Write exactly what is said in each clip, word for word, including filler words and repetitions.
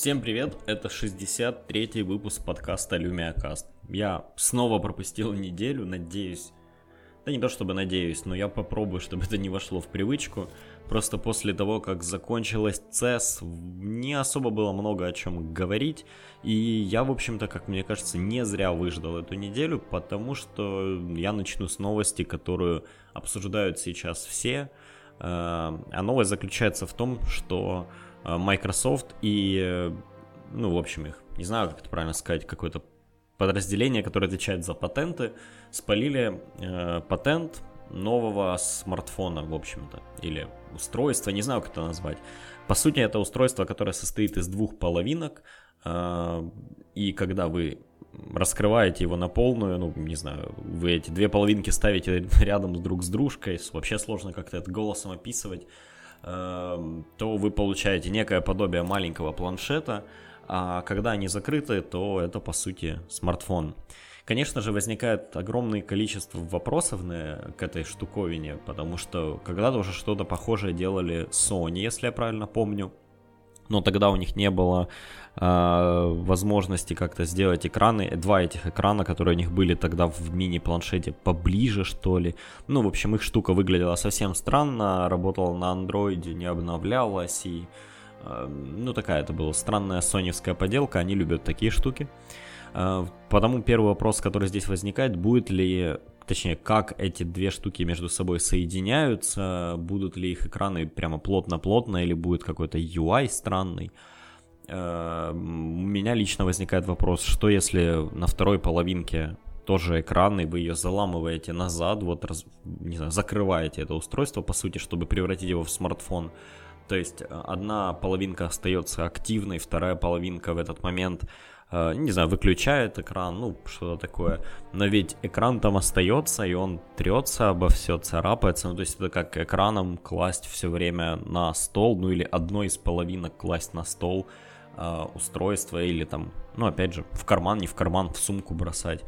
Всем привет, это шестьдесят третий выпуск подкаста LumiaCast. Я снова пропустил неделю, надеюсь, да не то чтобы надеюсь, но я попробую, чтобы это не вошло в привычку. Просто после того, как закончилась цэс, не особо было много о чем говорить. И я, в общем-то, как мне кажется, не зря выждал эту неделю, потому что я начну с новости, которую обсуждают сейчас все. А новость заключается в том, что Microsoft и, ну, в общем, их, не знаю, как это правильно сказать, какое-то подразделение, которое отвечает за патенты, спалили э, патент нового смартфона, в общем-то, или устройства, не знаю, как это назвать. По сути, это устройство, которое состоит из двух половинок, э, и когда вы раскрываете его на полную, ну, не знаю, вы эти две половинки ставите рядом друг с дружкой, вообще сложно как-то это голосом описывать, то вы получаете некое подобие маленького планшета, а когда они закрыты, то это по сути смартфон. Конечно же, возникает огромное количество вопросов на, к этой штуковине, потому что когда-то уже что-то похожее делали Sony, если я правильно помню. Но тогда у них не было э, возможности как-то сделать экраны, два этих экрана, которые у них были тогда в мини-планшете, поближе, что ли. Ну, в общем, их штука выглядела совсем странно, работала на андроиде, не обновлялась, и, э, ну, такая это была странная соневская поделка, они любят такие штуки. Э, потому первый вопрос, который здесь возникает, будет ли... Точнее, как эти две штуки между собой соединяются, будут ли их экраны прямо плотно-плотно или будет какой-то ю ай странный. У меня лично возникает вопрос, что если на второй половинке тоже экран, и вы ее заламываете назад, вот, раз, не знаю, закрываете это устройство, по сути, чтобы превратить его в смартфон. То есть одна половинка остается активной, вторая половинка в этот момент... не знаю, выключает экран, ну, что-то такое. Но ведь экран там остается, и он трется обо все, царапается. Ну, то есть это как экраном класть все время на стол, ну, или одной из половинок класть на стол э, устройство, или там, ну, опять же, в карман, не в карман, в сумку бросать.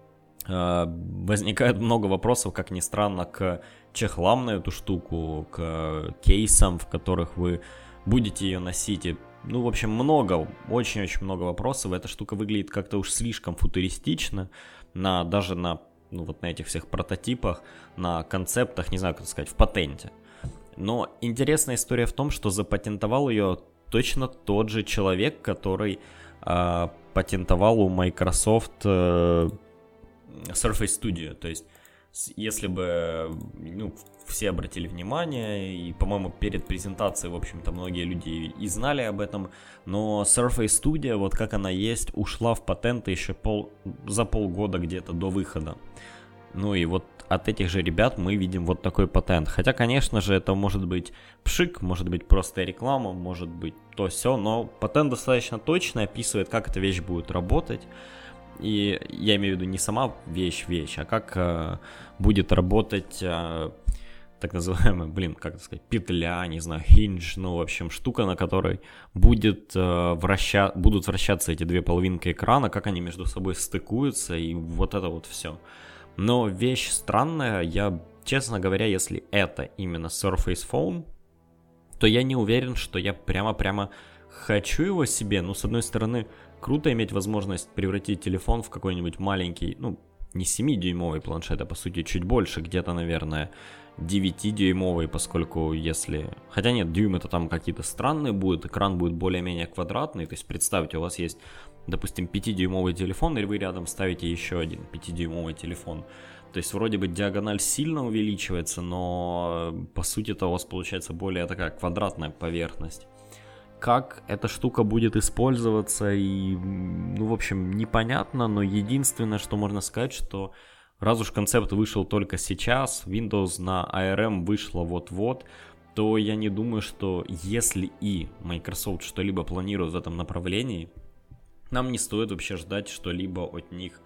Э, возникает много вопросов, как ни странно, к чехлам на эту штуку, к кейсам, в которых вы будете ее носить, и ну, в общем, много, очень-очень много вопросов. Эта штука выглядит как-то уж слишком футуристично, на, даже на, ну, вот на этих всех прототипах, на концептах, не знаю, как сказать, в патенте. Но интересная история в том, что запатентовал ее точно тот же человек, который э, патентовал у Microsoft э, Surface Studio. То есть, если бы, ну, все обратили внимание, и, по-моему, перед презентацией, в общем-то, многие люди и знали об этом, но Surface Studio, вот как она есть, ушла в патенты еще пол, за полгода где-то до выхода. Ну и вот от этих же ребят мы видим вот такой патент. Хотя, конечно же, это может быть пшик, может быть просто реклама, может быть то-сё, но патент достаточно точно описывает, как эта вещь будет работать. И я имею в виду не сама вещь-вещь, а как э, будет работать э, так называемая, блин, как это сказать, петля, не знаю, хиндж, ну, в общем, штука, на которой будет, э, враща... будут вращаться эти две половинки экрана, как они между собой стыкуются, и вот это вот все. Но вещь странная, я, честно говоря, если это именно Surface Phone, то я не уверен, что я прямо-прямо хочу его себе. Ну, с одной стороны, круто иметь возможность превратить телефон в какой-нибудь маленький, ну, не семидюймовый планшет, а по сути чуть больше, где-то, наверное, девятидюймовый, поскольку если... Хотя нет, дюйм это там какие-то странные будут, экран будет более-менее квадратный, то есть представьте, у вас есть, допустим, пятидюймовый телефон, и вы рядом ставите еще один пятидюймовый телефон. То есть вроде бы диагональ сильно увеличивается, но по сути-то у вас получается более такая квадратная поверхность. Как эта штука будет использоваться, и, ну, в общем, непонятно, но единственное, что можно сказать, что раз уж концепт вышел только сейчас, Windows на эй ар эм вышла вот-вот, то я не думаю, что если и Microsoft что-либо планирует в этом направлении, нам не стоит вообще ждать что-либо от них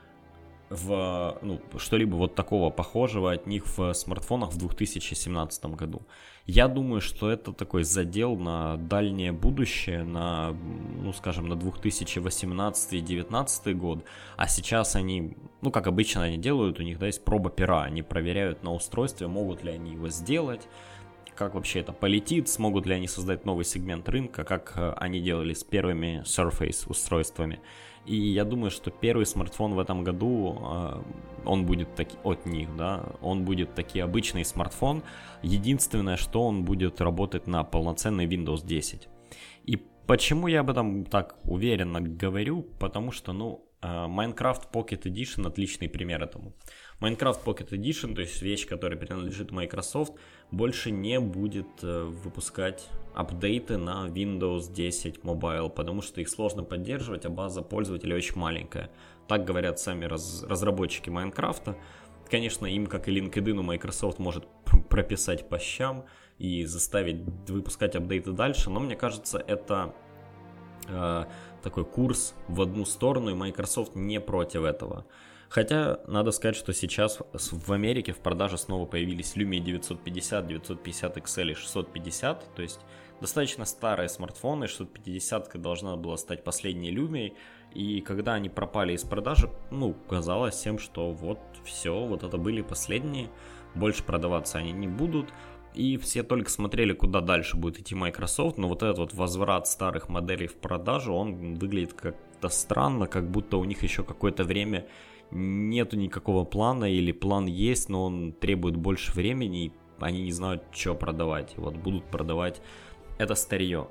в, ну, что-либо вот такого похожего от них в смартфонах в две тысячи семнадцатом году. Я думаю, что это такой задел на дальнее будущее, на, ну, скажем, на две тысячи восемнадцатый - две тысячи девятнадцатый год. А сейчас они, ну, как обычно они делают, у них, да, есть проба пера. Они проверяют на устройстве, могут ли они его сделать, как вообще это полетит, смогут ли они создать новый сегмент рынка, как они делали с первыми Surface устройствами. И я думаю, что первый смартфон в этом году, он будет таки, от них, да, он будет таки обычный смартфон. Единственное, что он будет работать на полноценный Windows десять. И почему я об этом так уверенно говорю? Потому что, ну, Minecraft Pocket Edition отличный пример этому. Minecraft Pocket Edition, то есть вещь, которая принадлежит Microsoft, больше не будет выпускать апдейты на Windows десять Mobile, потому что их сложно поддерживать, а база пользователей очень маленькая. Так говорят сами раз, разработчики Майнкрафта. Конечно, им, как и LinkedIn, Microsoft может прописать по щам и заставить выпускать апдейты дальше, но мне кажется, это э, такой курс в одну сторону, и Microsoft не против этого. Хотя, надо сказать, что сейчас в Америке в продаже снова появились Lumia девятьсот пятьдесят, девятьсот пятьдесят икс эл и шестьсот пятьдесят, то есть достаточно старые смартфоны, шестьсот пятьдесят должна была стать последней Lumia, и когда они пропали из продажи, ну, казалось всем, что вот все, вот это были последние, больше продаваться они не будут, и все только смотрели, куда дальше будет идти Microsoft, но вот этот вот возврат старых моделей в продажу, он выглядит как-то странно, как будто у них еще какое-то время нету никакого плана, или план есть, но он требует больше времени, и они не знают, что продавать. И вот будут продавать это старье.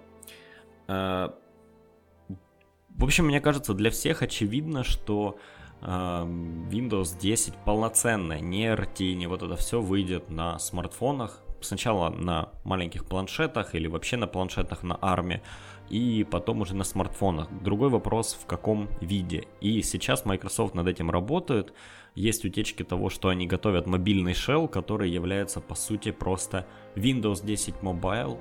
В общем, мне кажется, для всех очевидно, что Windows десять полноценная, не эр ти, не вот это все выйдет на смартфонах. Сначала на маленьких планшетах или вообще на планшетах на арм, и потом уже на смартфонах. Другой вопрос, в каком виде. И сейчас Microsoft над этим работает. Есть утечки того, что они готовят мобильный shell, который является по сути просто Windows десять Mobile,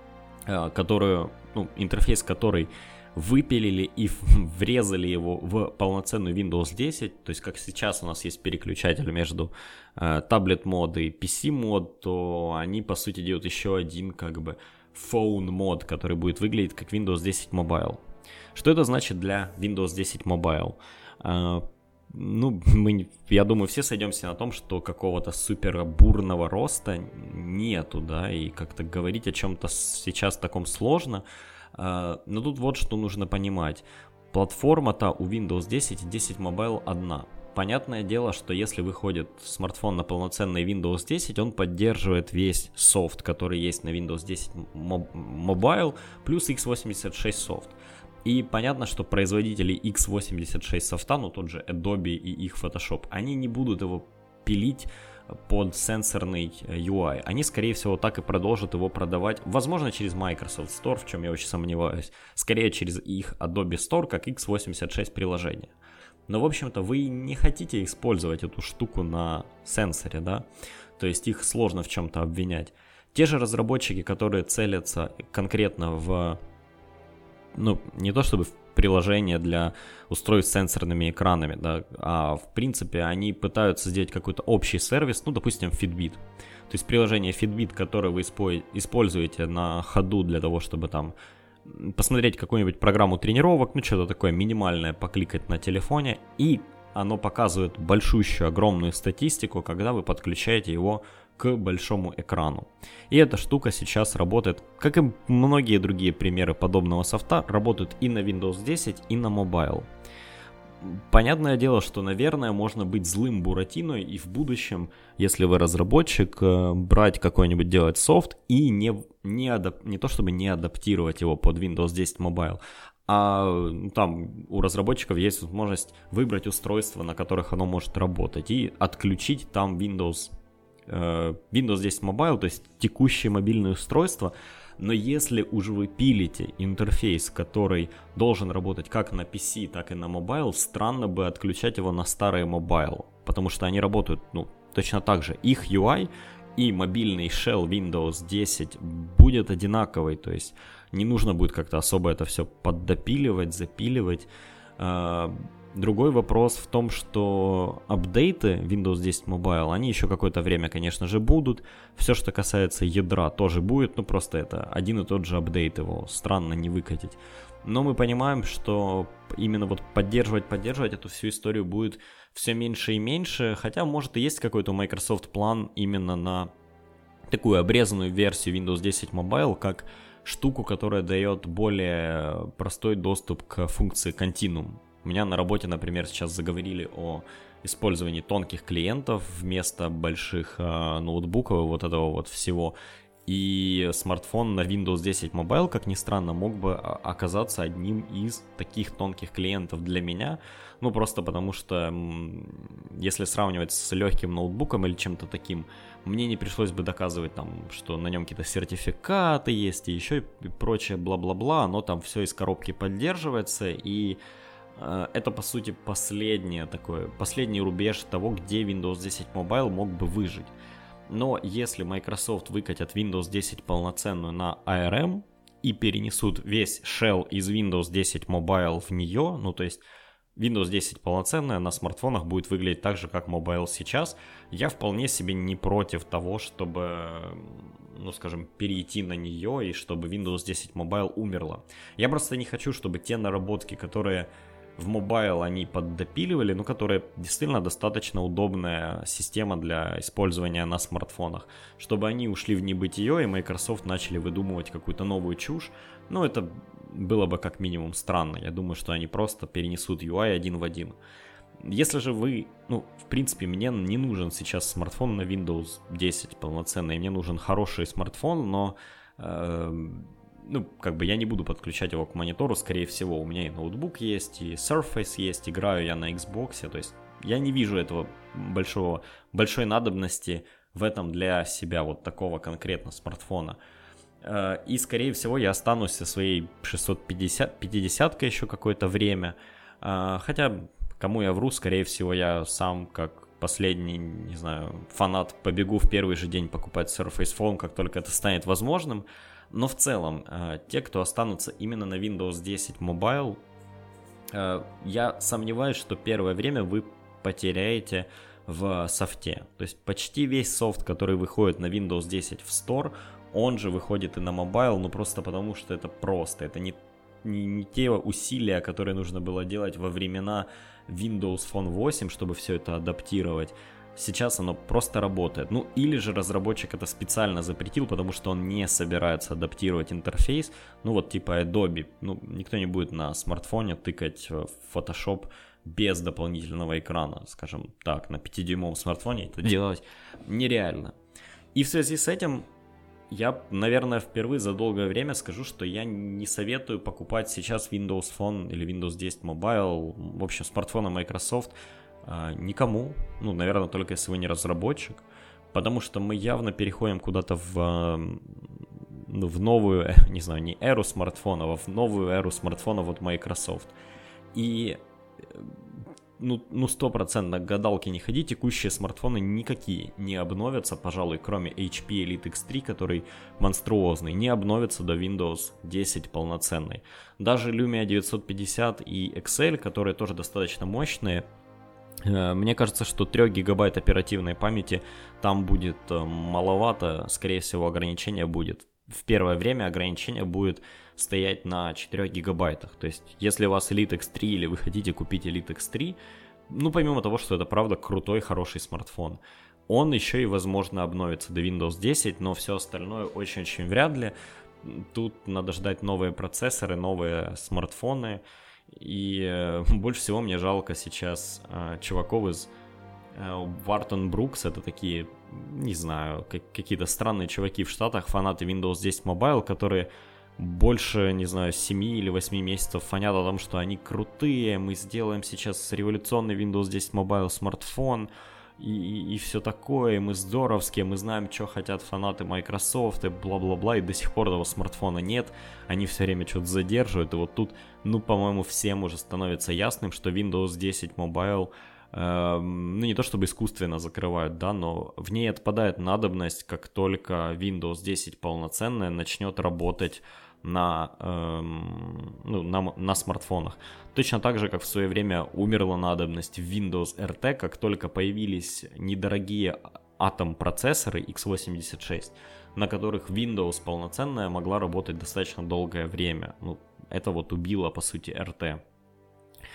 который, ну, интерфейс который выпилили и врезали его в полноценную Windows десять, то есть как сейчас у нас есть переключатель между э, таблет мод и пи си мод, то они по сути делают еще один как бы phone мод, который будет выглядеть как Windows десять Mobile. Что это значит для Windows десять Mobile? Э, ну, мы, я думаю, все сойдемся на том, что какого-то супер бурного роста нету, да, и как-то говорить о чем-то сейчас таком сложно. Но тут вот что нужно понимать. Платформа-то у Windows десять и десять Mobile одна. Понятное дело, что если выходит смартфон на полноценный Windows десять, он поддерживает весь софт, который есть на Windows десять Mobile, плюс икс восемьдесят шесть софт. И понятно, что производители икс восемьдесят шесть софта, ну тот же Adobe и их Photoshop, они не будут его пилить под сенсорный ю ай. Они, скорее всего, так и продолжат его продавать, возможно, через Microsoft Store, в чем я очень сомневаюсь, скорее через их Adobe Store, как икс восемьдесят шесть приложение. Но, в общем-то, вы не хотите использовать эту штуку на сенсоре, да? То есть их сложно в чем-то обвинять. Те же разработчики, которые целятся конкретно в, ну, не то чтобы в приложение для устройств с сенсорными экранами, да, а в принципе они пытаются сделать какой-то общий сервис, ну, допустим, Fitbit. То есть приложение Fitbit, которое вы используете на ходу для того, чтобы там посмотреть какую-нибудь программу тренировок, ну, что-то такое минимальное, покликать на телефоне, и оно показывает большущую, огромную статистику, когда вы подключаете его к большому экрану. И эта штука сейчас работает, как и многие другие примеры подобного софта, работают и на Windows десять, и на Mobile. Понятное дело, что, наверное, можно быть злым буратиной и в будущем, если вы разработчик, брать какой-нибудь, делать софт и не, не, адап- не то чтобы не адаптировать его под Windows десять Mobile, а там у разработчиков есть возможность выбрать устройства, на которых оно может работать, и отключить там Windows Windows десять Mobile, то есть текущее мобильное устройство. Но если уже вы пилите интерфейс, который должен работать как на пи си, так и на Mobile, странно бы отключать его на старые Mobile, потому что они работают, ну, точно так же. Их ю ай и мобильный shell Windows десять будет одинаковый, то есть не нужно будет как-то особо это все поддопиливать, запиливать. Другой вопрос в том, что апдейты Windows десять Mobile, они еще какое-то время, конечно же, будут. Все, что касается ядра, тоже будет, ну просто это один и тот же апдейт, его странно не выкатить. Но мы понимаем, что именно вот поддерживать, поддерживать эту всю историю будет все меньше и меньше, хотя, может, и есть какой-то у Microsoft план именно на такую обрезанную версию Windows десять Mobile как штуку, которая дает более простой доступ к функции Continuum. У меня на работе, например, сейчас заговорили о использовании тонких клиентов вместо больших э, ноутбуков, вот этого вот всего. И смартфон на Windows десять Mobile, как ни странно, мог бы оказаться одним из таких тонких клиентов для меня. Ну, просто потому что, если сравнивать с легким ноутбуком или чем-то таким, мне не пришлось бы доказывать, там, что на нем какие-то сертификаты есть и еще и прочее бла-бла-бла. Оно там все из коробки поддерживается, и э, это, по сути, последнее такое, последний рубеж того, где Windows десять Mobile мог бы выжить. Но если Microsoft выкатят Windows десять полноценную на эй ар эм и перенесут весь shell из Windows десять Mobile в нее, ну то есть Windows десять полноценная на смартфонах будет выглядеть так же, как Mobile сейчас, я вполне себе не против того, чтобы, ну скажем, перейти на нее и чтобы Windows десять Mobile умерла. Я просто не хочу, чтобы те наработки, которые в Mobile они поддопиливали, ну, которая действительно достаточно удобная система для использования на смартфонах, чтобы они ушли в небытие и Microsoft начали выдумывать какую-то новую чушь. Ну, это было бы как минимум странно. Я думаю, что они просто перенесут ю ай один в один. Если же вы, ну, в принципе, мне не нужен сейчас смартфон на Windows десять полноценный, мне нужен хороший смартфон, но... Э- Ну, как бы я не буду подключать его к монитору, скорее всего, у меня и ноутбук есть, и Surface есть, играю я на Xbox, то есть я не вижу этого большого, большой надобности в этом для себя, вот такого конкретно смартфона. И, скорее всего, я останусь со своей шестьсот пятьдесят-ой еще какое-то время, хотя, кому я вру, скорее всего, я сам, как последний, не знаю, фанат, побегу в первый же день покупать Surface Phone, как только это станет возможным. Но в целом, те, кто останутся именно на Windows десять Mobile, я сомневаюсь, что первое время вы потеряете в софте. То есть почти весь софт, который выходит на Windows десять в Store, он же выходит и на Mobile, ну просто потому, что это просто. Это не, не, не те усилия, которые нужно было делать во времена Windows Phone восемь, чтобы все это адаптировать. Сейчас оно просто работает. Ну, или же разработчик это специально запретил, потому что он не собирается адаптировать интерфейс. Ну, вот типа Adobe. Ну, никто не будет на смартфоне тыкать в Photoshop без дополнительного экрана, скажем так. На пятидюймовом смартфоне это делать нереально. И в связи с этим я, наверное, впервые за долгое время скажу, что я не советую покупать сейчас Windows Phone или Windows десять Mobile, в общем, смартфоны Microsoft, никому, ну, наверное, только если вы не разработчик, потому что мы явно переходим куда-то в, ну, в новую, не знаю, не эру смартфонов, а в новую эру смартфонов от Microsoft. И, ну, ну, стопроцентно гадалки не ходи, текущие смартфоны никакие не обновятся, пожалуй, кроме эйч пи Elite икс три, который монструозный, не обновятся до Windows десять полноценной. Даже Lumia девятьсот пятьдесят и икс эль, которые тоже достаточно мощные, мне кажется, что три гигабайта оперативной памяти там будет маловато, скорее всего ограничение будет. В первое время ограничение будет стоять на четырёх гигабайтах. То есть, если у вас Elite икс три или вы хотите купить Elite икс три, ну, помимо того, что это правда крутой, хороший смартфон, он еще и, возможно, обновится до Windows десять, но все остальное очень-очень вряд ли. Тут надо ждать новые процессоры, новые смартфоны. И э, больше всего мне жалко сейчас э, чуваков из э, Wharton Brooks. Это такие, не знаю, как, какие-то странные чуваки в Штатах, фанаты Windows десять Mobile, которые больше, не знаю, семь или восемь месяцев фонят о том, что они крутые, мы сделаем сейчас революционный Windows десять Mobile смартфон, и, и, и все такое, и мы здоровские, мы знаем, что хотят фанаты Microsoft, и бла-бла-бла, и до сих пор этого смартфона нет, они все время что-то задерживают, и вот тут, ну, по-моему, всем уже становится ясным, что Windows десять Mobile, э, ну, не то чтобы искусственно закрывают, да, но в ней отпадает надобность, как только Windows десять полноценная начнет работать на, эм, ну, на, на смартфонах. Точно так же, как в свое время умерла надобность в Windows эр ти, как только появились недорогие Atom процессоры икс восемьдесят шесть, на которых Windows полноценная могла работать достаточно долгое время. Ну, это вот убило, по сути, эр ти.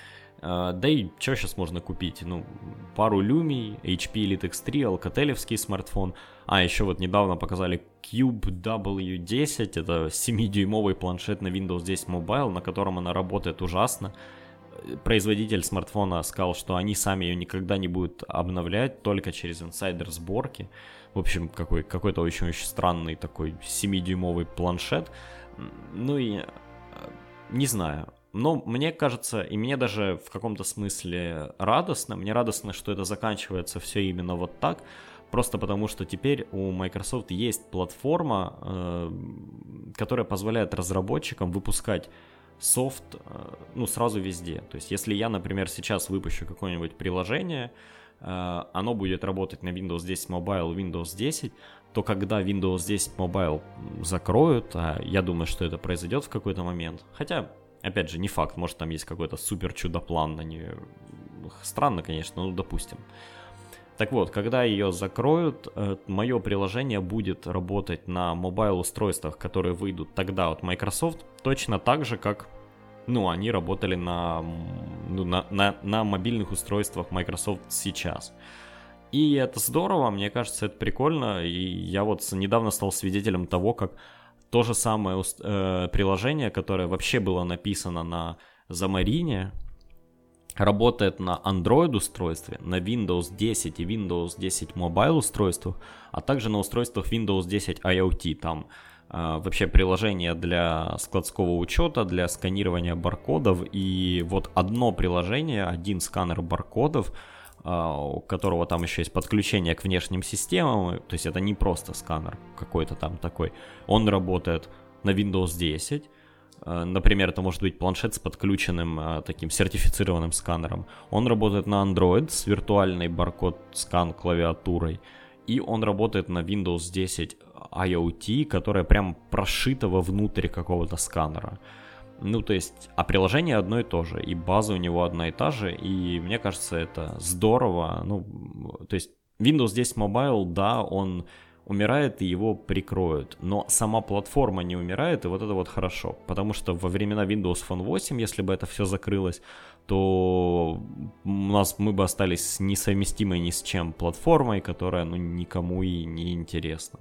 Да и что сейчас можно купить? Ну, пару Lumia, эйч пи Elite икс три, Alcatel-овский смартфон. А, еще вот недавно показали Cube дабл ю десять. Это семидюймовый планшет на Windows десять Mobile, на котором она работает ужасно. Производитель смартфона сказал, что они сами ее никогда не будут обновлять, только через инсайдер сборки. В общем, какой, какой-то очень-очень странный такой семидюймовый планшет. Ну и не знаю. Но мне кажется, и мне даже в каком-то смысле радостно, мне радостно, что это заканчивается все именно вот так, просто потому что теперь у Microsoft есть платформа, э, которая позволяет разработчикам выпускать софт, э, ну, сразу везде. То есть, если я, например, сейчас выпущу какое-нибудь приложение, э, оно будет работать на Windows десять Mobile, Windows десять, то когда Windows десять Mobile закроют, а я думаю, что это произойдет в какой-то момент, хотя... Опять же, не факт, может там есть какой-то супер чудо-план на нее. Странно, конечно, но допустим. Так вот, когда ее закроют, мое приложение будет работать на мобайл-устройствах, которые выйдут тогда от Microsoft, точно так же, как ну, они работали на, ну, на, на, на мобильных устройствах Microsoft сейчас. И это здорово, мне кажется, это прикольно. И я вот недавно стал свидетелем того, как то же самое э, приложение, которое вообще было написано на Xamarin, работает на Android-устройстве, на Windows десять и Windows десять Mobile устройствах, а также на устройствах Windows десять IoT. Там э, вообще приложение для складского учета, для сканирования баркодов. И вот одно приложение, один сканер баркодов, у которого там еще есть подключение к внешним системам, то есть это не просто сканер какой-то там такой, он работает на Windows десять, например, это может быть планшет с подключенным таким сертифицированным сканером, он работает на Android с виртуальной баркод-скан клавиатурой, и он работает на Windows десять IoT, которая прям прошита вовнутрь какого-то сканера. Ну, то есть, а приложение одно и то же, и база у него одна и та же, и мне кажется, это здорово. Ну, то есть, Windows десять Mobile, да, он умирает, и его прикроют, но сама платформа не умирает, и вот это вот хорошо, потому что во времена Windows Phone восемь, если бы это все закрылось, то у нас мы бы остались с несовместимой ни с чем платформой, которая, ну, никому и не интересна.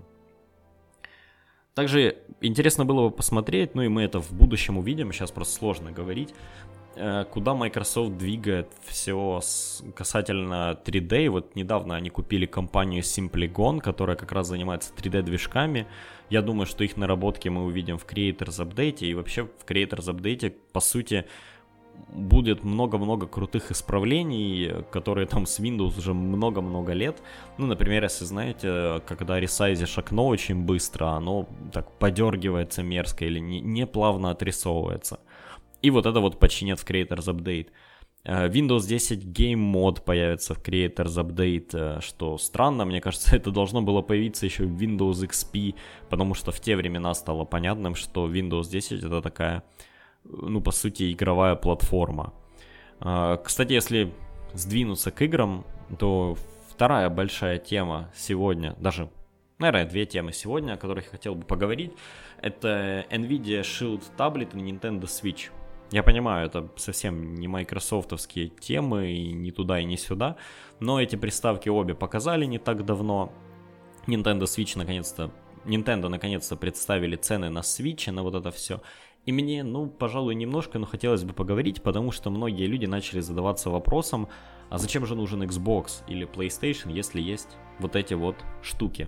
Также интересно было бы посмотреть, ну и мы это в будущем увидим, сейчас просто сложно говорить, куда Microsoft двигает все касательно три дэ. Вот недавно они купили компанию Simplygon, которая как раз занимается три дэ-движками. Я думаю, что их наработки мы увидим в Creators Update, и вообще в Creators Update, по сути, будет много-много крутых исправлений, которые там с Windows уже много-много лет. Ну, например, если знаете, когда ресайзишь окно очень быстро, оно так подергивается мерзко или не, не плавно отрисовывается. И вот это вот починят в Creators Update. Windows десять Game Mode появится в Creators Update, что странно, мне кажется, это должно было появиться еще в Windows икс пи, потому что в те времена стало понятным, что Windows десять это такая, ну, по сути, игровая платформа. Кстати, если сдвинуться к играм, то вторая большая тема сегодня, даже, наверное, две темы сегодня, о которых я хотел бы поговорить, это NVIDIA Shield Tablet и Nintendo Switch. Я понимаю, это совсем не майкрософтовские темы, и ни туда, и ни сюда, но эти приставки обе показали не так давно. Nintendo Switch наконец-то, Nintendo наконец-то представили цены на Switch, на вот это все. И мне, ну, пожалуй, немножко, но хотелось бы поговорить, потому что многие люди начали задаваться вопросом, а зачем же нужен Xbox или PlayStation, если есть вот эти вот штуки.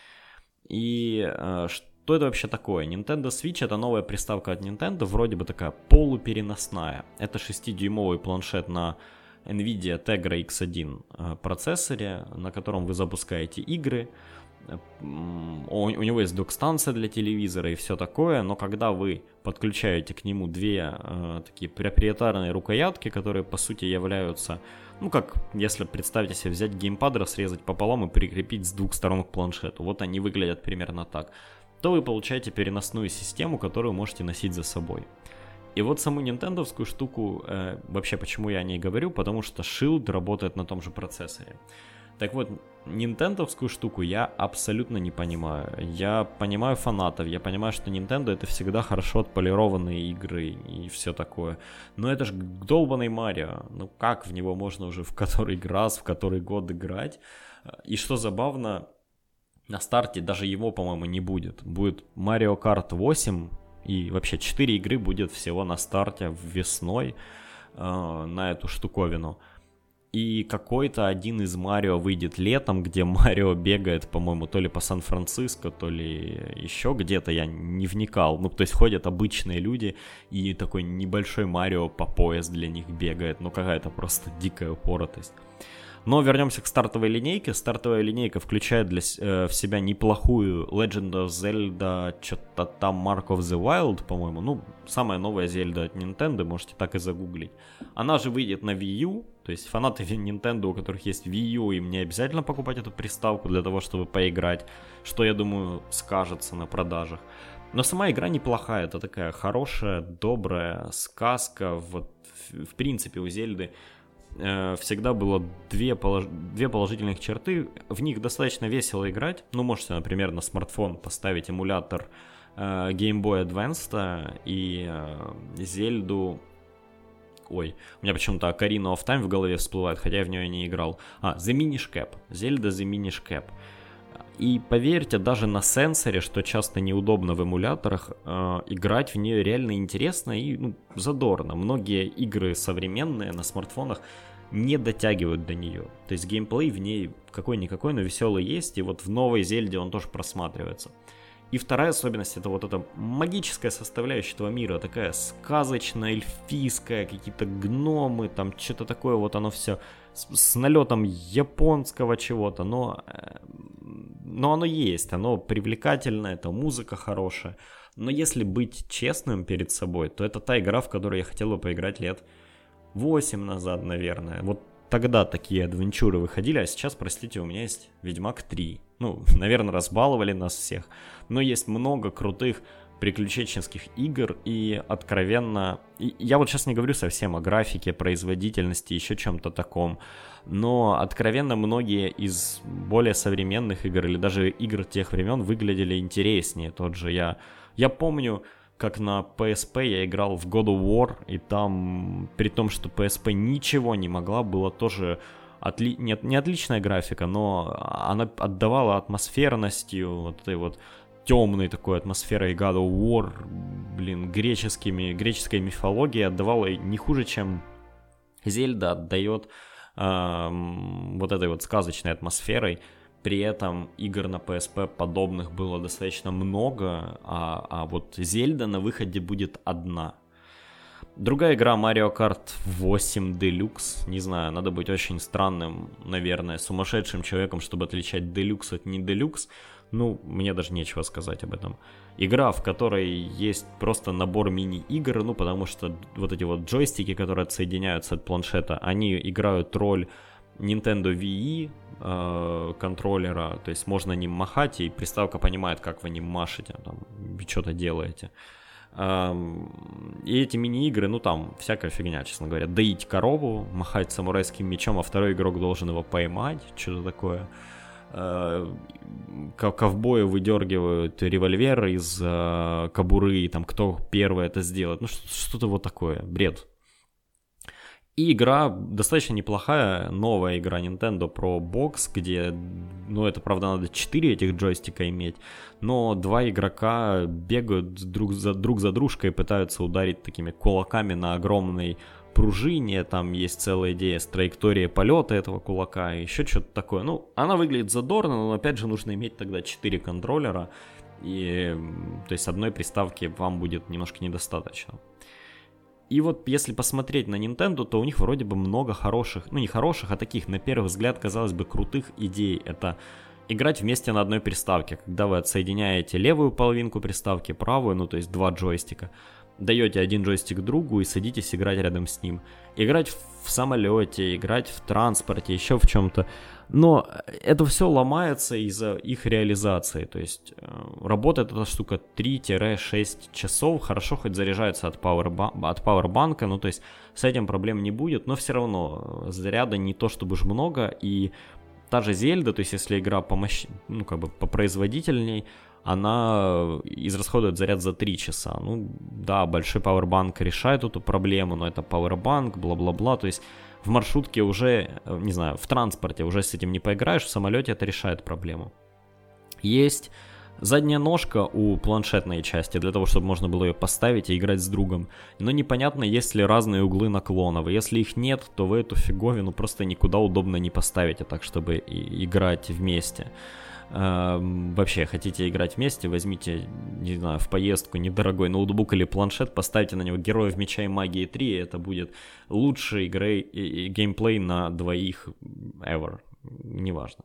И э, что это вообще такое? Nintendo Switch — это новая приставка от Nintendo, вроде бы такая полупереносная. Это шестидюймовый планшет на NVIDIA Tegra икс один процессоре, на котором вы запускаете игры. У него есть док-станция для телевизора и все такое, но когда вы подключаете к нему две э, такие проприетарные рукоятки, которые по сути являются, ну как, если представьте себе, взять геймпад, разрезать пополам и прикрепить с двух сторон к планшету, вот они выглядят примерно так, то вы получаете переносную систему, которую можете носить за собой. И вот саму нинтендовскую штуку, э, вообще почему я о ней говорю, потому что Shield работает на том же процессоре. Так вот, нинтендовскую штуку я абсолютно не понимаю. Я понимаю фанатов, я понимаю, что Nintendo это всегда хорошо отполированные игры и все такое. Но это же долбаный Марио. Ну как в него можно уже в который раз, в который год играть? И что забавно, на старте даже его, по-моему, не будет. Будет Mario Kart восемь, и вообще четыре игры будет всего на старте весной э, на эту штуковину. И какой-то один из Марио выйдет летом, где Марио бегает, по-моему, то ли по Сан-Франциско, то ли еще где-то, я не вникал. Ну, то есть ходят обычные люди, и такой небольшой Марио по пояс для них бегает. Ну, какая-то просто дикая упоротость. Но вернемся к стартовой линейке. Стартовая линейка включает для, э, в себя неплохую Legend of Zelda, что-то там Mark of the Wild, по-моему. Ну, самая новая Зельда от Nintendo, можете так и загуглить. Она же выйдет на Wii U, то есть фанаты Nintendo, у которых есть Wii U, им не обязательно покупать эту приставку для того, чтобы поиграть, что, я думаю, скажется на продажах. Но сама игра неплохая, это такая хорошая, добрая сказка. Вот, в, в принципе, у Зельды всегда было две, полож... две положительных черты. В них достаточно весело играть. Ну, можете, например, на смартфон поставить эмулятор э, Game Boy Advance и э, Зельду... Ой, у меня почему-то Ocarina of Time в голове всплывает, хотя я в нее не играл. А, The Minish Cap. Зельда The Minish Cap. И поверьте, даже на сенсоре, что часто неудобно в эмуляторах, э, играть в нее реально интересно и ну, задорно. Многие игры современные на смартфонах не дотягивают до нее. То есть геймплей в ней какой-никакой, но веселый есть, и вот в новой Зельде он тоже просматривается. И вторая особенность — это вот эта магическая составляющая этого мира, такая сказочная, эльфийская, какие-то гномы, там что-то такое, вот оно все с, с налетом японского чего-то, но, но оно есть, оно привлекательное, это музыка хорошая. Но если быть честным перед собой, то это та игра, в которую я хотел бы поиграть лет восемь назад, наверное. Вот тогда такие адвенчуры выходили, а сейчас, простите, у меня есть Ведьмак три. Ну, наверное, разбаловали нас всех. Но есть много крутых приключенческих игр и откровенно... И я вот сейчас не говорю совсем о графике, производительности, еще чем-то таком. Но откровенно многие из более современных игр или даже игр тех времен выглядели интереснее. Тот же я... Я помню... как на пи эс пи я играл в God of War, и там, при том, что пи эс пи ничего не могла, была тоже отли... Нет, не отличная графика, но она отдавала атмосферностью, вот этой вот темной такой атмосферой God of War, блин, греческими, греческой мифологией, отдавала не хуже, чем Зельда отдает э, вот этой вот сказочной атмосферой. При этом игр на пи эс пи подобных было достаточно много, а, а вот Зельда на выходе будет одна. Другая игра Mario Kart восемь Deluxe, не знаю, надо быть очень странным, наверное, сумасшедшим человеком, чтобы отличать Deluxe от не Deluxe. Ну, мне даже нечего сказать об этом. Игра, в которой есть просто набор мини-игр, ну, потому что вот эти вот джойстики, которые отсоединяются от планшета, они играют роль Nintendo Wii э, контроллера, то есть можно ним махать, и приставка понимает, как вы ним машете, там, что-то делаете. Эм, и эти мини-игры, ну там всякая фигня, честно говоря. Доить корову, махать самурайским мечом, а второй игрок должен его поймать, что-то такое. Э, ковбои выдергивают револьвер из э, кобуры, и там кто первый это сделает. Ну что-то вот такое, бред. И игра достаточно неплохая, новая игра Nintendo Pro Box, где, ну это правда надо четыре этих джойстика иметь, но два игрока бегают друг за, друг за дружкой и пытаются ударить такими кулаками на огромной пружине, там есть целая идея с траекторией полета этого кулака, и еще что-то такое. Ну, она выглядит задорно, но опять же нужно иметь тогда четыре контроллера, и то есть одной приставки вам будет немножко недостаточно. И вот если посмотреть на Nintendo, то у них вроде бы много хороших, ну не хороших, а таких, на первый взгляд, казалось бы, крутых идей. Это играть вместе на одной приставке, когда вы отсоединяете левую половинку приставки, правую, ну то есть два джойстика, даете один джойстик другу и садитесь играть рядом с ним. Играть в самолете, играть в транспорте, еще в чем-то. Но это все ломается из-за их реализации. То есть работает эта штука три-шесть часов. Хорошо хоть заряжается от пауэрбанка, от пауэрбанка. Ну то есть с этим проблем не будет. Но все равно заряда не то чтобы уж много. И та же Зельда, то есть если игра помощ... ну, как бы попроизводительней, она израсходует заряд за три часа. Ну, да, большой пауэрбанк решает эту проблему, но это пауэрбанк, бла-бла-бла, то есть в маршрутке уже, не знаю, в транспорте уже с этим не поиграешь, в самолете это решает проблему. Есть задняя ножка у планшетной части, для того, чтобы можно было ее поставить и играть с другом. Но непонятно, есть ли разные углы наклонов. Если их нет, то вы эту фиговину просто никуда удобно не поставите, так чтобы и- играть вместе. Эм, вообще, хотите играть вместе, возьмите, не знаю, в поездку недорогой ноутбук или планшет, поставьте на него Героев Меча и Магии три, и это будет лучший игры, и, и геймплей на двоих ever, неважно.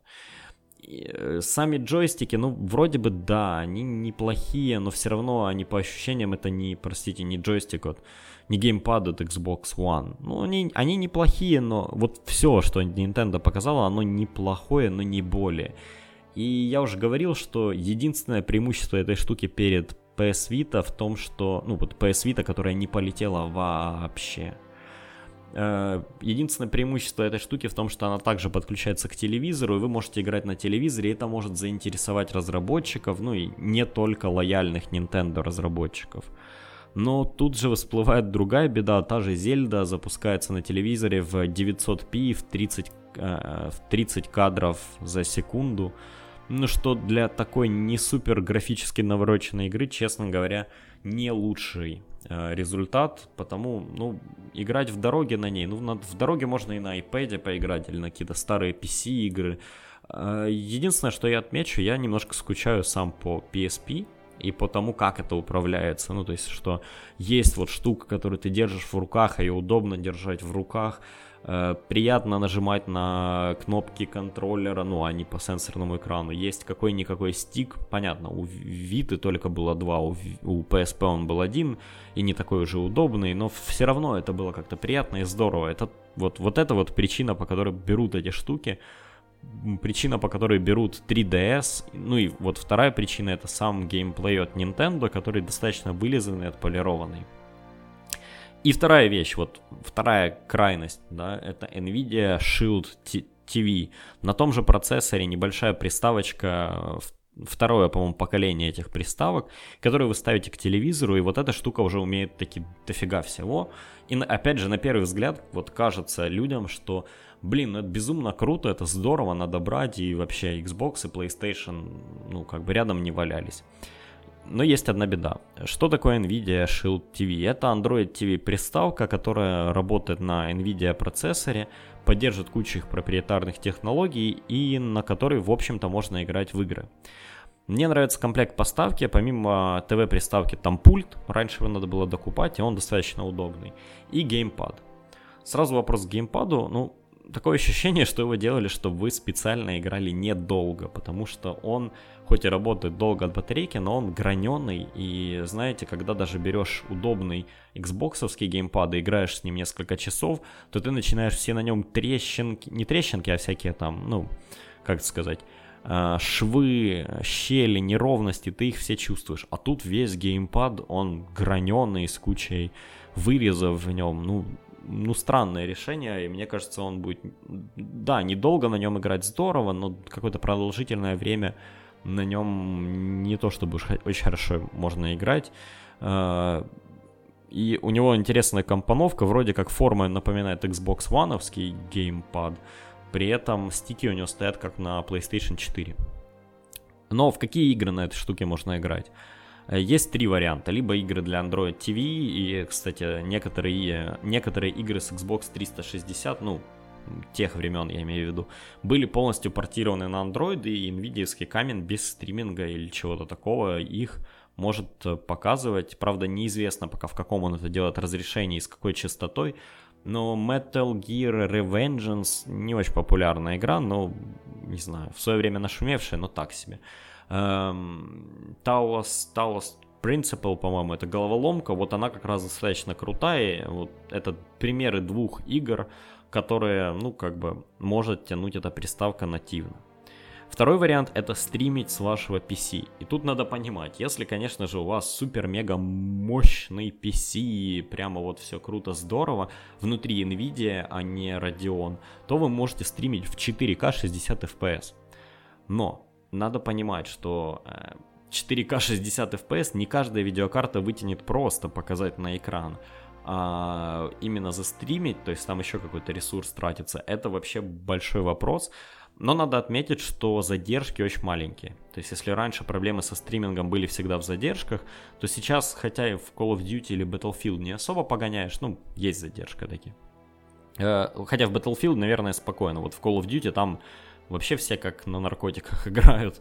Сами джойстики, ну, вроде бы, да, они неплохие, но все равно они по ощущениям, это не, простите, не джойстик, вот, не геймпад от Xbox One. Ну, они, они неплохие, но вот все, что Nintendo показала, оно неплохое, но не более. И я уже говорил, что единственное преимущество этой штуки перед пи эс Vita в том, что, ну, вот пи эс Vita, которая не полетела вообще. Единственное преимущество этой штуки в том, что она также подключается к телевизору, и вы можете играть на телевизоре, и это может заинтересовать разработчиков, ну и не только лояльных Nintendo разработчиков. Но тут же всплывает другая беда, та же Зельда запускается на телевизоре в девятьсот пи в тридцать, в тридцать кадров за секунду, ну что для такой не супер графически навороченной игры, честно говоря, не лучший результат, потому, ну, играть в дороге на ней, ну, на, в дороге можно и на iPad поиграть, или на какие-то старые пи си игры. Единственное, что я отмечу, я немножко скучаю сам по пи эс пи и по тому, как это управляется, ну, то есть, что есть вот штука, которую ты держишь в руках, а ее удобно держать в руках, приятно нажимать на кнопки контроллера, ну, а не по сенсорному экрану. Есть какой-никакой стик, понятно, у Vita только было два, у, у пи эс пи он был один, и не такой уже удобный, но все равно это было как-то приятно и здорово. Это, вот, вот это вот причина, по которой берут эти штуки, причина, по которой берут три ди эс, ну и вот вторая причина — это сам геймплей от Nintendo, который достаточно вылизанный, отполированный. И вторая вещь, вот вторая крайность, да, это NVIDIA Shield ти ви. На том же процессоре небольшая приставочка, второе, по-моему, поколение этих приставок, которые вы ставите к телевизору, и вот эта штука уже умеет таки дофига всего. И опять же, на первый взгляд, вот кажется людям, что, блин, ну это безумно круто, это здорово, надо брать, и вообще Xbox и PlayStation, ну, как бы рядом не валялись. Но есть одна беда. Что такое NVIDIA Shield ти ви? Это Android ти ви приставка, которая работает на NVIDIA процессоре, поддерживает кучу их проприетарных технологий и на которой, в общем-то, можно играть в игры. Мне нравится комплект поставки, помимо ТВ-приставки там пульт, раньше его надо было докупать, и он достаточно удобный, и геймпад. Сразу вопрос к геймпаду, ну, такое ощущение, что его делали, чтобы вы специально играли недолго, потому что он, хоть и работает долго от батарейки, но он граненый, и знаете, когда даже берешь удобный Xbox-овский геймпад и играешь с ним несколько часов, то ты начинаешь все на нем трещинки, не трещинки, а всякие там, ну, как сказать, швы, щели, неровности, ты их все чувствуешь. А тут весь геймпад, он граненый, с кучей вырезов в нем, ну, Ну, странное решение, и мне кажется, он будет, да, недолго на нем играть здорово, но какое-то продолжительное время на нем не то чтобы уж очень хорошо можно играть. И у него интересная компоновка, вроде как форма напоминает Xbox One-овский геймпад, при этом стики у него стоят как на PlayStation четыре. Но в какие игры на этой штуке можно играть? Есть три варианта. Либо игры для Android ти ви, и, кстати, некоторые, некоторые игры с Xbox триста шестьдесят, ну, тех времен, я имею в виду, были полностью портированы на Android, и NVIDIA-ский камень без стриминга или чего-то такого их может показывать. Правда, неизвестно пока, в каком он это делает разрешении и с какой частотой. Но Metal Gear Revengeance не очень популярная игра, но, не знаю, в свое время нашумевшая, но так себе. Talos, Talos Principle, по-моему, это головоломка, вот она как раз достаточно крутая, вот это примеры двух игр, которые, ну, как бы, может тянуть эта приставка нативно. Второй вариант — это стримить с вашего пи си. И тут надо понимать, если, конечно же, у вас супер-мега мощный пи си, прямо вот все круто, здорово, внутри NVIDIA, а не Radeon, то вы можете стримить в четыре ка шестьдесят эф пи эс. Но надо понимать, что четыре ка шестьдесят эф пи эс не каждая видеокарта вытянет просто показать на экран. А именно застримить, то есть там еще какой-то ресурс тратится, это вообще большой вопрос. Но надо отметить, что задержки очень маленькие. То есть если раньше проблемы со стримингом были всегда в задержках, то сейчас, хотя и в Call of Duty или Battlefield не особо погоняешь, ну, есть задержка такие. Хотя в Battlefield, наверное, спокойно. Вот в Call of Duty там вообще все как на наркотиках играют.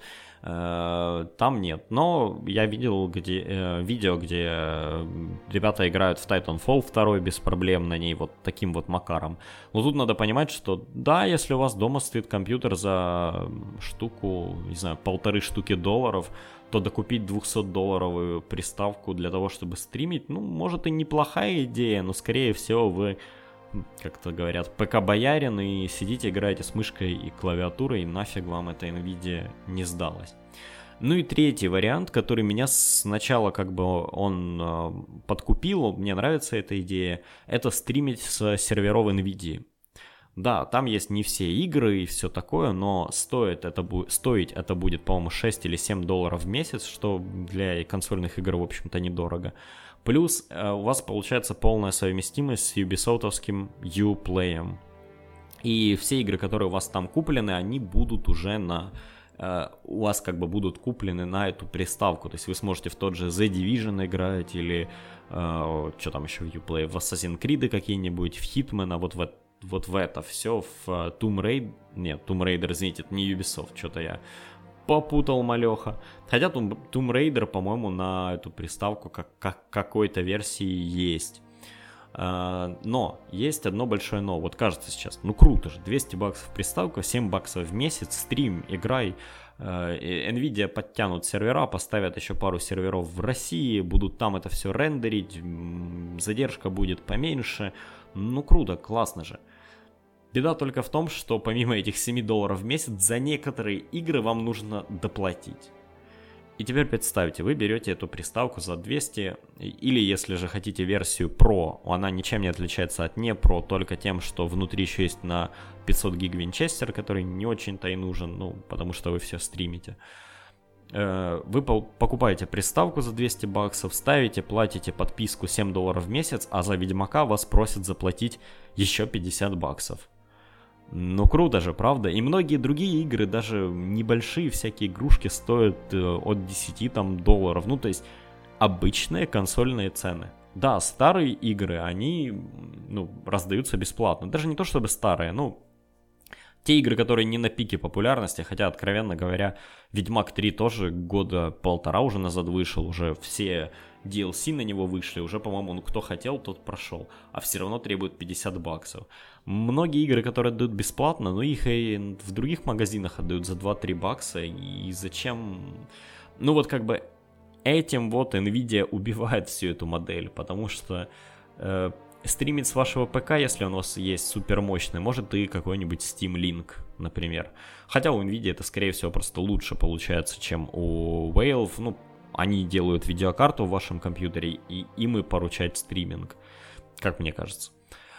Там нет. Но я видел где, видео, где ребята играют в Titanfall два без проблем на ней вот таким вот макаром. Но тут надо понимать, что да, если у вас дома стоит компьютер за штуку, не знаю, полторы штуки долларов, то докупить двухсотдолларовую приставку для того, чтобы стримить, ну, может и неплохая идея, но скорее всего вы, как-то говорят, ПК-боярин, и сидите, играете с мышкой и клавиатурой, и нафиг вам эта NVIDIA не сдалась. Ну и третий вариант, который меня сначала как бы он э, подкупил, мне нравится эта идея, это стримить с серверов NVIDIA. Да, там есть не все игры и все такое, но стоит это бу- стоить это будет, по-моему, шесть или семь долларов в месяц, что для консольных игр, в общем-то, недорого. Плюс э, у вас получается полная совместимость с Ubisoft'овским Uplay. И все игры, которые у вас там куплены, они будут уже на... Э, у вас как бы будут куплены на эту приставку. То есть вы сможете в тот же The Division играть или... Э, что там еще в Uplay? В Assassin's Creed какие-нибудь, в Hitman, вот в, вот в это все. В Tomb Raider... Нет, Tomb Raider, извините, это не Ubisoft, что-то я... попутал малеха. Хотя Tomb Raider, по-моему, на эту приставку как, как какой-то версии есть. А, но есть одно большое но. Вот кажется сейчас, ну круто же, двести баксов приставка, семь баксов в месяц, стрим, играй. А, NVIDIA подтянут сервера, поставят еще пару серверов в России, будут там это все рендерить, задержка будет поменьше. Ну круто, классно же. Беда только в том, что помимо этих семи долларов в месяц, за некоторые игры вам нужно доплатить. И теперь представьте, вы берете эту приставку за двести, или если же хотите версию Pro, она ничем не отличается от не Pro, только тем, что внутри еще есть на пятьсот гиг винчестер, который не очень-то и нужен, ну, потому что вы все стримите. Вы покупаете приставку за двести баксов, ставите, платите подписку семь долларов в месяц, а за Ведьмака вас просят заплатить еще пятьдесят баксов. Ну круто же, правда? И многие другие игры, даже небольшие всякие игрушки, стоят э, от десяти там, долларов. Ну то есть обычные консольные цены. Да, старые игры, они ну, раздаются бесплатно. Даже не то чтобы старые, ну... Те игры, которые не на пике популярности, хотя, откровенно говоря, Ведьмак три тоже года полтора уже назад вышел, уже все ди эл си на него вышли, уже, по-моему, ну кто хотел, тот прошел, а все равно требует пятьдесят баксов. Многие игры, которые отдают бесплатно, ну их и в других магазинах отдают за два-три бакса, и зачем... Ну вот как бы этим вот NVIDIA убивает всю эту модель, потому что... Э, стримить с вашего ПК, если он у вас есть супермощный, может и какой-нибудь Steam Link, например. Хотя у NVIDIA это, скорее всего, просто лучше получается, чем у Valve. Ну, они делают видеокарту в вашем компьютере, и им и поручать стриминг, как мне кажется.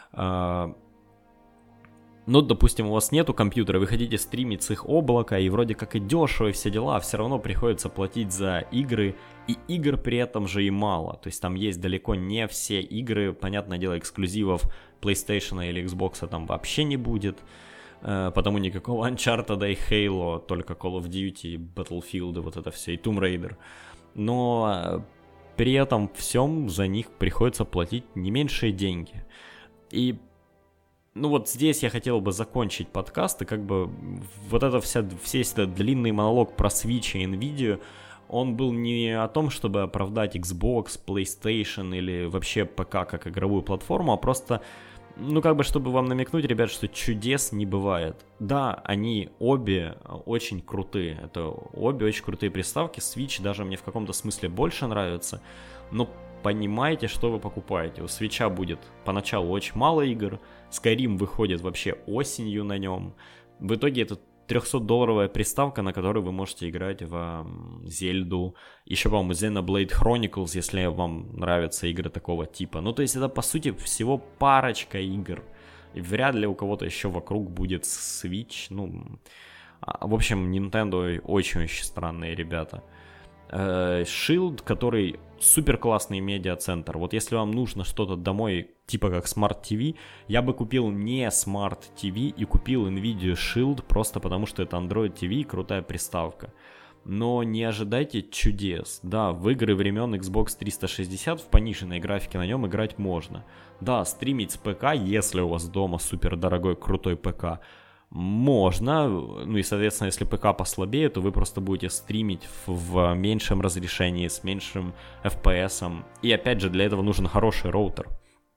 Но, допустим, у вас нету компьютера, вы хотите стримить с их облака, и вроде как и дешево, и все дела, а все равно приходится платить за игры, и игр при этом же и мало. То есть там есть далеко не все игры, понятное дело, эксклюзивов PlayStation или Xbox там вообще не будет, потому никакого Uncharted и Halo, только Call of Duty, Battlefield, вот это все, и Tomb Raider. Но при этом всем за них приходится платить не меньшие деньги. И ну вот здесь я хотел бы закончить подкаст, и как бы вот это вся, весь этот длинный монолог про Switch и NVIDIA, он был не о том, чтобы оправдать Xbox, PlayStation или вообще ПК как игровую платформу, а просто, ну как бы чтобы вам намекнуть, ребят, что чудес не бывает. Да, они обе очень крутые, это обе очень крутые приставки, Switch даже мне в каком-то смысле больше нравится, но понимаете, что вы покупаете. У Switch'а будет поначалу очень мало игр, Skyrim выходит вообще осенью на нем. В итоге этот трехсотдолларовая приставка, на которой вы можете играть в Зельду. Еще, по-моему, Xenoblade Chronicles, если вам нравятся игры такого типа. Ну, то есть это, по сути, всего парочка игр. И вряд ли у кого-то еще вокруг будет Switch. Ну, в общем, Nintendo очень-очень странные ребята. Shield, который супер классный медиацентр. Вот если вам нужно что-то домой, типа как Smart ти ви, я бы купил не Smart ти ви и купил NVIDIA Shield, просто потому что это Android ти ви, крутая приставка. Но не ожидайте чудес. Да, в игры времен Xbox триста шестьдесят в пониженной графике на нем играть можно. Да, стримить с ПК, если у вас дома супер дорогой крутой ПК, можно. Ну и, соответственно, если ПК послабее, то вы просто будете стримить в меньшем разрешении, с меньшим эф пи эс. И опять же, для этого нужен хороший роутер.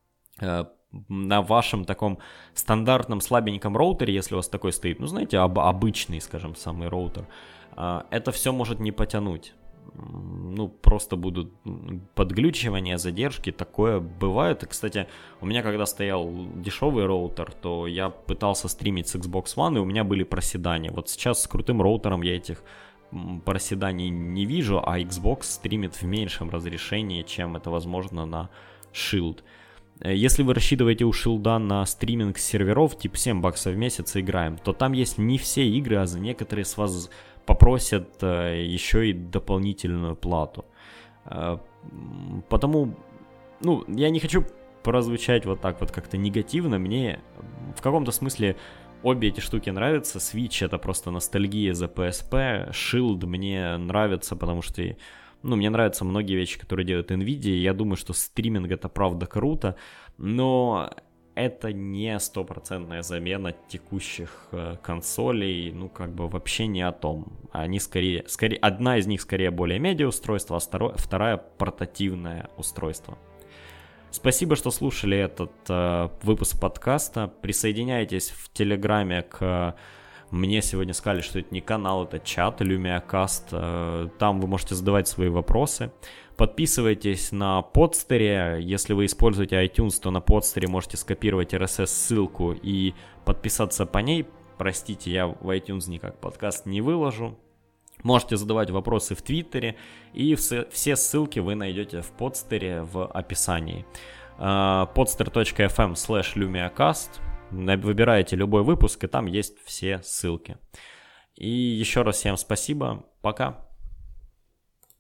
На вашем таком стандартном слабеньком роутере, если у вас такой стоит, ну знаете, об- обычный, скажем, самый роутер, это все может не потянуть. Ну, просто будут подглючивания, задержки, такое бывает. И, кстати, у меня когда стоял дешевый роутер, то я пытался стримить с Xbox One, и у меня были проседания. Вот сейчас с крутым роутером я этих проседаний не вижу, а Xbox стримит в меньшем разрешении, чем это возможно на Shield. Если вы рассчитываете у Shield на стриминг серверов, типа семь баксов в месяц играем, то там есть не все игры, а за некоторые с вас попросят э, еще и дополнительную плату. Э, потому, ну, я не хочу прозвучать вот так вот как-то негативно. Мне в каком-то смысле обе эти штуки нравятся. Switch — это просто ностальгия за пи эс пи. Shield мне нравится, потому что, ну, мне нравятся многие вещи, которые делает NVIDIA. Я думаю, что стриминг — это правда круто, но это не стопроцентная замена текущих э, консолей, ну, как бы вообще не о том. Они скорее, скорее, одна из них скорее более медиа устройство, а второе, вторая портативное устройство. Спасибо, что слушали этот э, выпуск подкаста. Присоединяйтесь в Телеграме к... Мне сегодня сказали, что это не канал, это чат LumiaCast. Э, там вы можете задавать свои вопросы. Подписывайтесь на Подстере. Если вы используете iTunes, то на Подстере можете скопировать эр эс эс-ссылку и подписаться по ней. Простите, я в iTunes никак подкаст не выложу. Можете задавать вопросы в Твиттере. И все ссылки вы найдете в Подстере в описании. podster точка эф эм слэш lumiacast. Выбираете любой выпуск, и там есть все ссылки. И еще раз всем спасибо. Пока.